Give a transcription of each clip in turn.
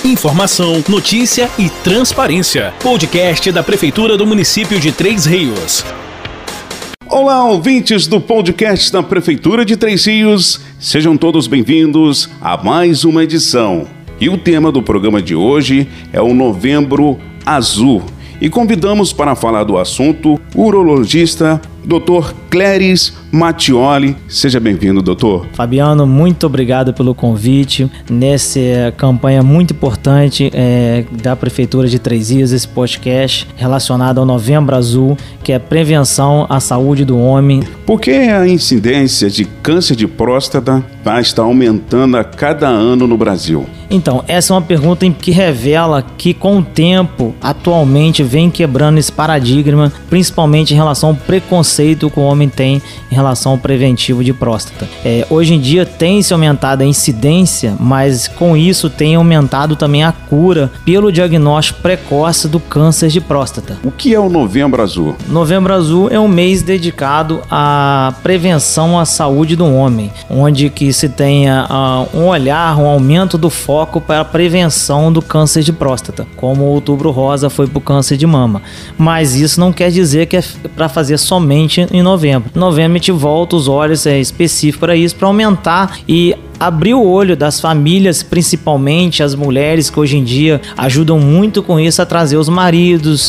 Informação, notícia e transparência. Podcast da Prefeitura do município de Três Rios. Olá, ouvintes do podcast da Prefeitura de Três Rios. Sejam todos bem-vindos a mais uma edição. E o tema do programa de hoje é o Novembro Azul. E convidamos para falar do assunto o urologista Dr. Cléris Mattioli. Seja bem-vindo, doutor. Fabiano, muito obrigado pelo convite. Nessa campanha muito importante da Prefeitura de Três Rios, esse podcast relacionado ao Novembro Azul, que é prevenção à saúde do homem. Por que a incidência de câncer de próstata está aumentando a cada ano no Brasil? Então, essa é uma pergunta que revela que, com o tempo, atualmente vem quebrando esse paradigma, principalmente em relação ao preconceito que o homem tem em relação ao preventivo de próstata. Hoje em dia tem-se aumentado a incidência, mas com isso tem aumentado também a cura pelo diagnóstico precoce do câncer de próstata. O que é o Novembro Azul? Novembro Azul é um mês dedicado à prevenção à saúde do homem, onde que se tenha um olhar, um aumento do foco para a prevenção do câncer de próstata, como o Outubro Rosa foi para o câncer de mama. Mas isso não quer dizer que é para fazer somente em novembro. Em novembro a gente volta os olhos específicos para isso, para aumentar e abrir o olho das famílias, principalmente as mulheres que hoje em dia ajudam muito com isso a trazer os maridos,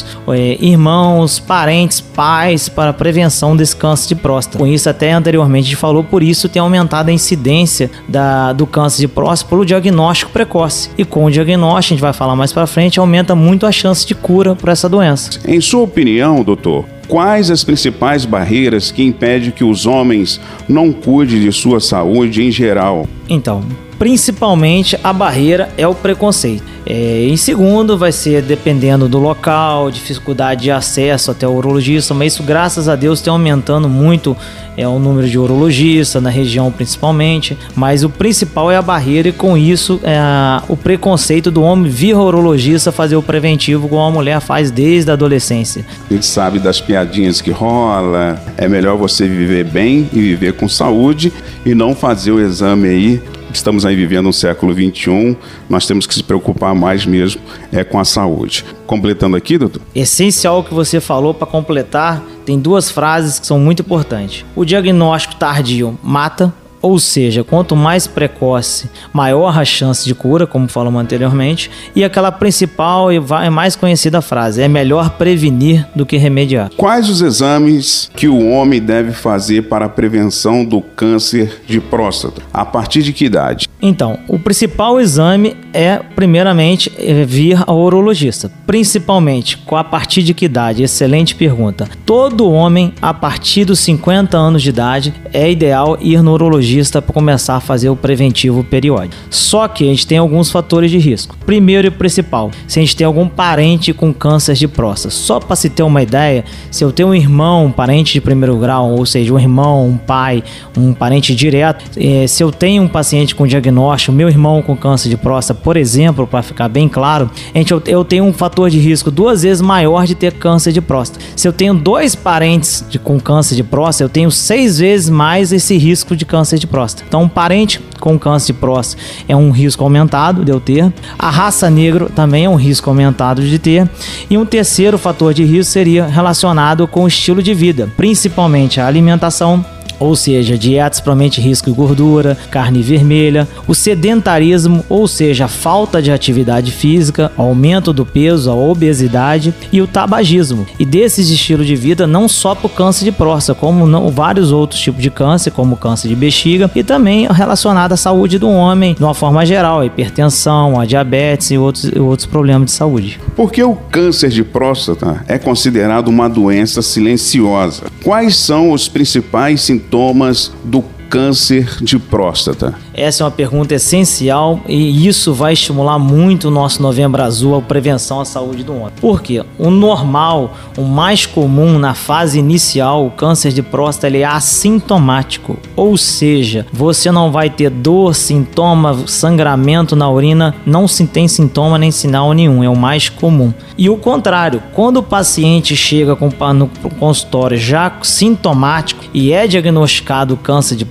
irmãos, parentes, pais para a prevenção desse câncer de próstata. Com isso, até anteriormente a gente falou, por isso tem aumentado a incidência do câncer de próstata pelo diagnóstico precoce. E com o diagnóstico, a gente vai falar mais para frente, aumenta muito a chance de cura para essa doença. Em sua opinião, doutor, quais as principais barreiras que impedem que os homens não cuidem de sua saúde em geral? Então, principalmente a barreira é o preconceito. Em segundo, vai ser dependendo do local, dificuldade de acesso até o urologista, mas isso, graças a Deus, tem aumentando muito o número de urologistas na região principalmente, mas o principal é a barreira e com isso o preconceito do homem vir ao urologista fazer o preventivo como a mulher faz desde a adolescência. A gente sabe das piadinhas que rola, é melhor você viver bem e viver com saúde e não fazer o exame aí. Estamos aí vivendo um século XXI, nós temos que se preocupar mais mesmo com a saúde. Completando aqui, doutor? Essencial o que você falou para completar, tem duas frases que são muito importantes. O diagnóstico tardio mata, ou seja, quanto mais precoce, maior a chance de cura, como falamos anteriormente. E aquela principal e mais conhecida frase, é melhor prevenir do que remediar. Quais os exames que o homem deve fazer para a prevenção do câncer de próstata? A partir de que idade? Então, o principal exame é, primeiramente, vir ao urologista. Principalmente, a partir de que idade? Excelente pergunta. Todo homem, a partir dos 50 anos de idade, é ideal ir no urologista para começar a fazer o preventivo periódico. Só que a gente tem alguns fatores de risco. Primeiro e principal, se a gente tem algum parente com câncer de próstata. Só para se ter uma ideia, se eu tenho um irmão, um parente de primeiro grau, ou seja, um irmão, um pai, um parente direto, se eu tenho um paciente com diagnóstico, meu irmão com câncer de próstata, por exemplo, para ficar bem claro, eu tenho um fator de risco 2 vezes maior de ter câncer de próstata. Se eu tenho 2 parentes com câncer de próstata, eu tenho 6 vezes mais esse risco de câncer de próstata. Então, um parente com câncer de próstata é um risco aumentado de eu ter. A raça negra também é um risco aumentado de ter. E um terceiro fator de risco seria relacionado com o estilo de vida, principalmente a alimentação, ou seja, dietas provavelmente risco de gordura, carne vermelha, o sedentarismo, ou seja, a falta de atividade física, aumento do peso, a obesidade e o tabagismo. E desses estilos de vida, não só para o câncer de próstata, como vários outros tipos de câncer, como o câncer de bexiga e também relacionado à saúde do homem, de uma forma geral, a hipertensão, a diabetes e outros problemas de saúde. Por que o câncer de próstata é considerado uma doença silenciosa? Quais são os principais sintomas do câncer de próstata? Essa é uma pergunta essencial e isso vai estimular muito o nosso Novembro Azul, a prevenção à saúde do homem. Por quê? O normal, o mais comum na fase inicial, o câncer de próstata, ele é assintomático. Ou seja, você não vai ter dor, sintoma, sangramento na urina, não se tem sintoma nem sinal nenhum, é o mais comum. E o contrário, quando o paciente chega no consultório já sintomático e é diagnosticado câncer de próstata,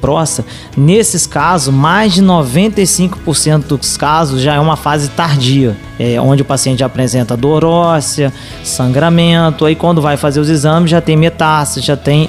próstata, nesses casos, mais de 95% dos casos já é uma fase tardia, onde o paciente apresenta dor óssea, sangramento, aí quando vai fazer os exames já tem metástase, já tem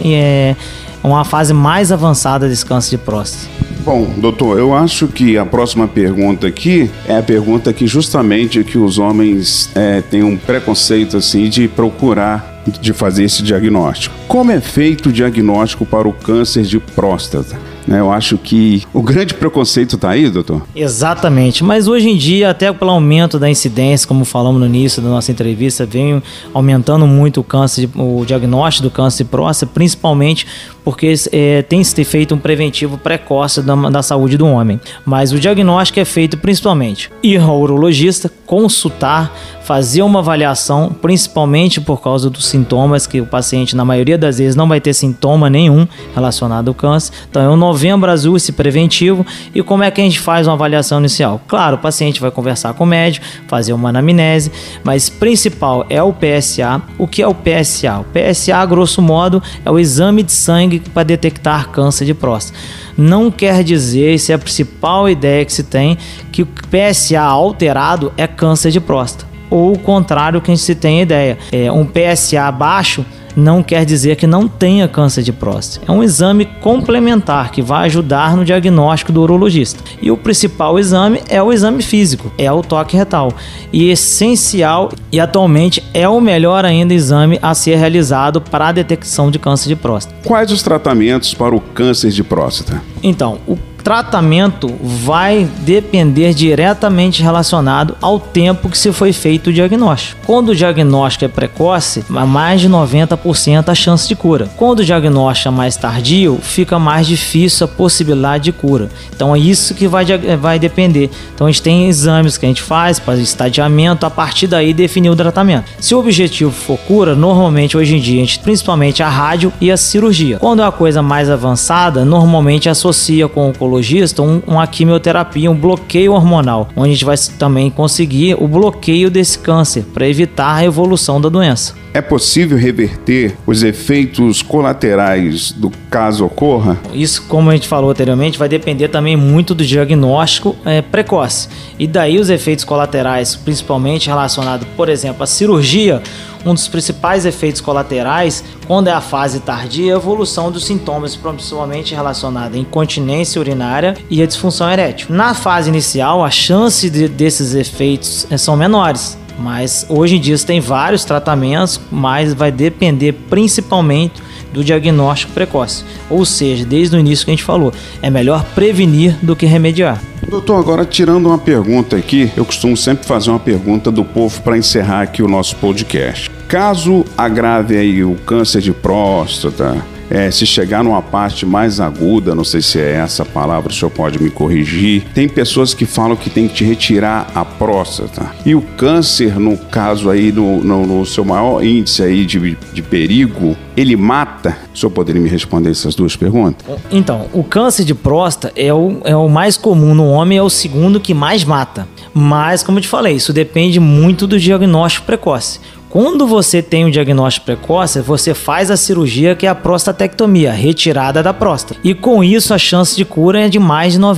uma fase mais avançada desse câncer de próstata. Bom, doutor, eu acho que a próxima pergunta aqui é a pergunta que justamente que os homens têm um preconceito assim de procurar, de fazer esse diagnóstico. Como é feito o diagnóstico para o câncer de próstata? Eu acho que o grande preconceito está aí, doutor? Exatamente, mas hoje em dia, até pelo aumento da incidência, como falamos no início da nossa entrevista, vem aumentando muito o diagnóstico do câncer de próstata, principalmente porque tem se feito um preventivo precoce da saúde do homem. Mas o diagnóstico é feito principalmente ir ao urologista, consultar, fazer uma avaliação, principalmente por causa dos sintomas, que o paciente, na maioria das vezes, não vai ter sintoma nenhum relacionado ao câncer. Então é o Novembro Azul, esse preventivo. E como é que a gente faz uma avaliação inicial? Claro, o paciente vai conversar com o médico, fazer uma anamnese, mas principal é o PSA. O que é o PSA? O PSA, grosso modo, é o exame de sangue para detectar câncer de próstata. Não quer dizer, isso é a principal ideia que se tem, que o PSA alterado é câncer de próstata. Ou o contrário que a gente se tem ideia. Um PSA baixo não quer dizer que não tenha câncer de próstata. É um exame complementar que vai ajudar no diagnóstico do urologista. E o principal exame é o exame físico, é o toque retal. E essencial e atualmente é o melhor ainda exame a ser realizado para a detecção de câncer de próstata. Quais os tratamentos para o câncer de próstata? Então, o tratamento vai depender diretamente relacionado ao tempo que se foi feito o diagnóstico. Quando o diagnóstico é precoce, mais de 90% a chance de cura. Quando o diagnóstico é mais tardio, fica mais difícil a possibilidade de cura. Então é isso que vai depender. Então a gente tem exames que a gente faz para estadiamento, a partir daí definir o tratamento. Se o objetivo for cura, normalmente hoje em dia a gente, principalmente a rádio e a cirurgia. Quando é uma coisa mais avançada, normalmente associa com o oncologista uma quimioterapia, um bloqueio hormonal, onde a gente vai também conseguir o bloqueio desse câncer para evitar a evolução da doença. É possível reverter os efeitos colaterais do caso ocorra? Isso, como a gente falou anteriormente, vai depender também muito do diagnóstico precoce. E daí os efeitos colaterais, principalmente relacionados, por exemplo, à cirurgia, um dos principais efeitos colaterais, quando é a fase tardia, é a evolução dos sintomas, principalmente relacionada à incontinência urinária e à disfunção erétil. Na fase inicial, a chance desses efeitos são menores. Mas hoje em dia tem vários tratamentos, mas vai depender principalmente do diagnóstico precoce. Ou seja, desde o início que a gente falou, é melhor prevenir do que remediar. Doutor, agora tirando uma pergunta aqui, eu costumo sempre fazer uma pergunta do povo para encerrar aqui o nosso podcast. Caso agrave aí o câncer de próstata, se chegar numa parte mais aguda, não sei se é essa a palavra, o senhor pode me corrigir. Tem pessoas que falam que tem que te retirar a próstata. E o câncer, no caso aí, no seu maior índice aí de perigo, ele mata? O senhor poderia me responder essas duas perguntas? Então, o câncer de próstata é o mais comum no homem, é o segundo que mais mata. Mas, como eu te falei, isso depende muito do diagnóstico precoce. Quando você tem um diagnóstico precoce, você faz a cirurgia que é a prostatectomia, retirada da próstata. E com isso a chance de cura é de mais de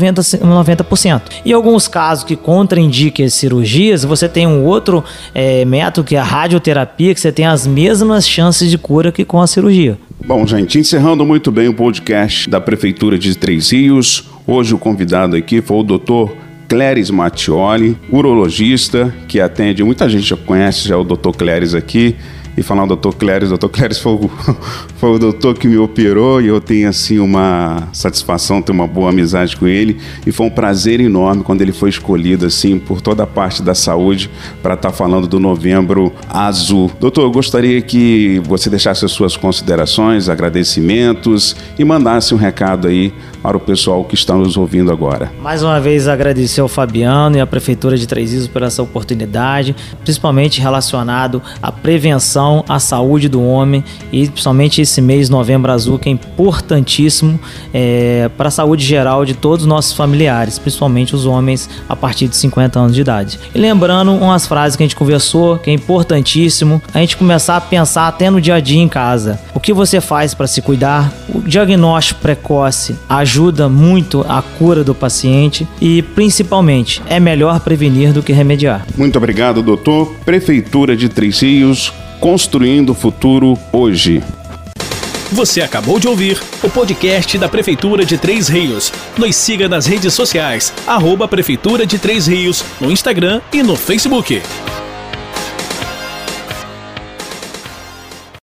90%. Em alguns casos que contraindiquem as cirurgias, você tem um outro método que é a radioterapia, que você tem as mesmas chances de cura que com a cirurgia. Bom, gente, encerrando muito bem o podcast da Prefeitura de Três Rios. Hoje o convidado aqui foi o doutor Cléris Mattioli, urologista, que atende, muita gente já conhece já o Dr. Cléris aqui, e falar o Dr. Cléris foi o doutor que me operou, e eu tenho assim uma satisfação, tenho uma boa amizade com ele, e foi um prazer enorme quando ele foi escolhido assim por toda a parte da saúde para estar falando do Novembro Azul. Doutor, eu gostaria que você deixasse as suas considerações, agradecimentos e mandasse um recado aí para o pessoal que está nos ouvindo agora. Mais uma vez agradecer ao Fabiano e à Prefeitura de Três Rios por essa oportunidade, principalmente relacionado à prevenção, à saúde do homem, e principalmente esse mês Novembro Azul, que é importantíssimo para a saúde geral de todos os nossos familiares, principalmente os homens a partir de 50 anos de idade. E lembrando umas frases que a gente conversou, que é importantíssimo a gente começar a pensar até no dia a dia em casa. O que você faz para se cuidar? O diagnóstico precoce ajuda ajuda muito a cura do paciente e, principalmente, é melhor prevenir do que remediar. Muito obrigado, doutor. Prefeitura de Três Rios, construindo o futuro hoje. Você acabou de ouvir o podcast da Prefeitura de Três Rios. Nos siga nas redes sociais, @Prefeitura de Três Rios, no Instagram e no Facebook.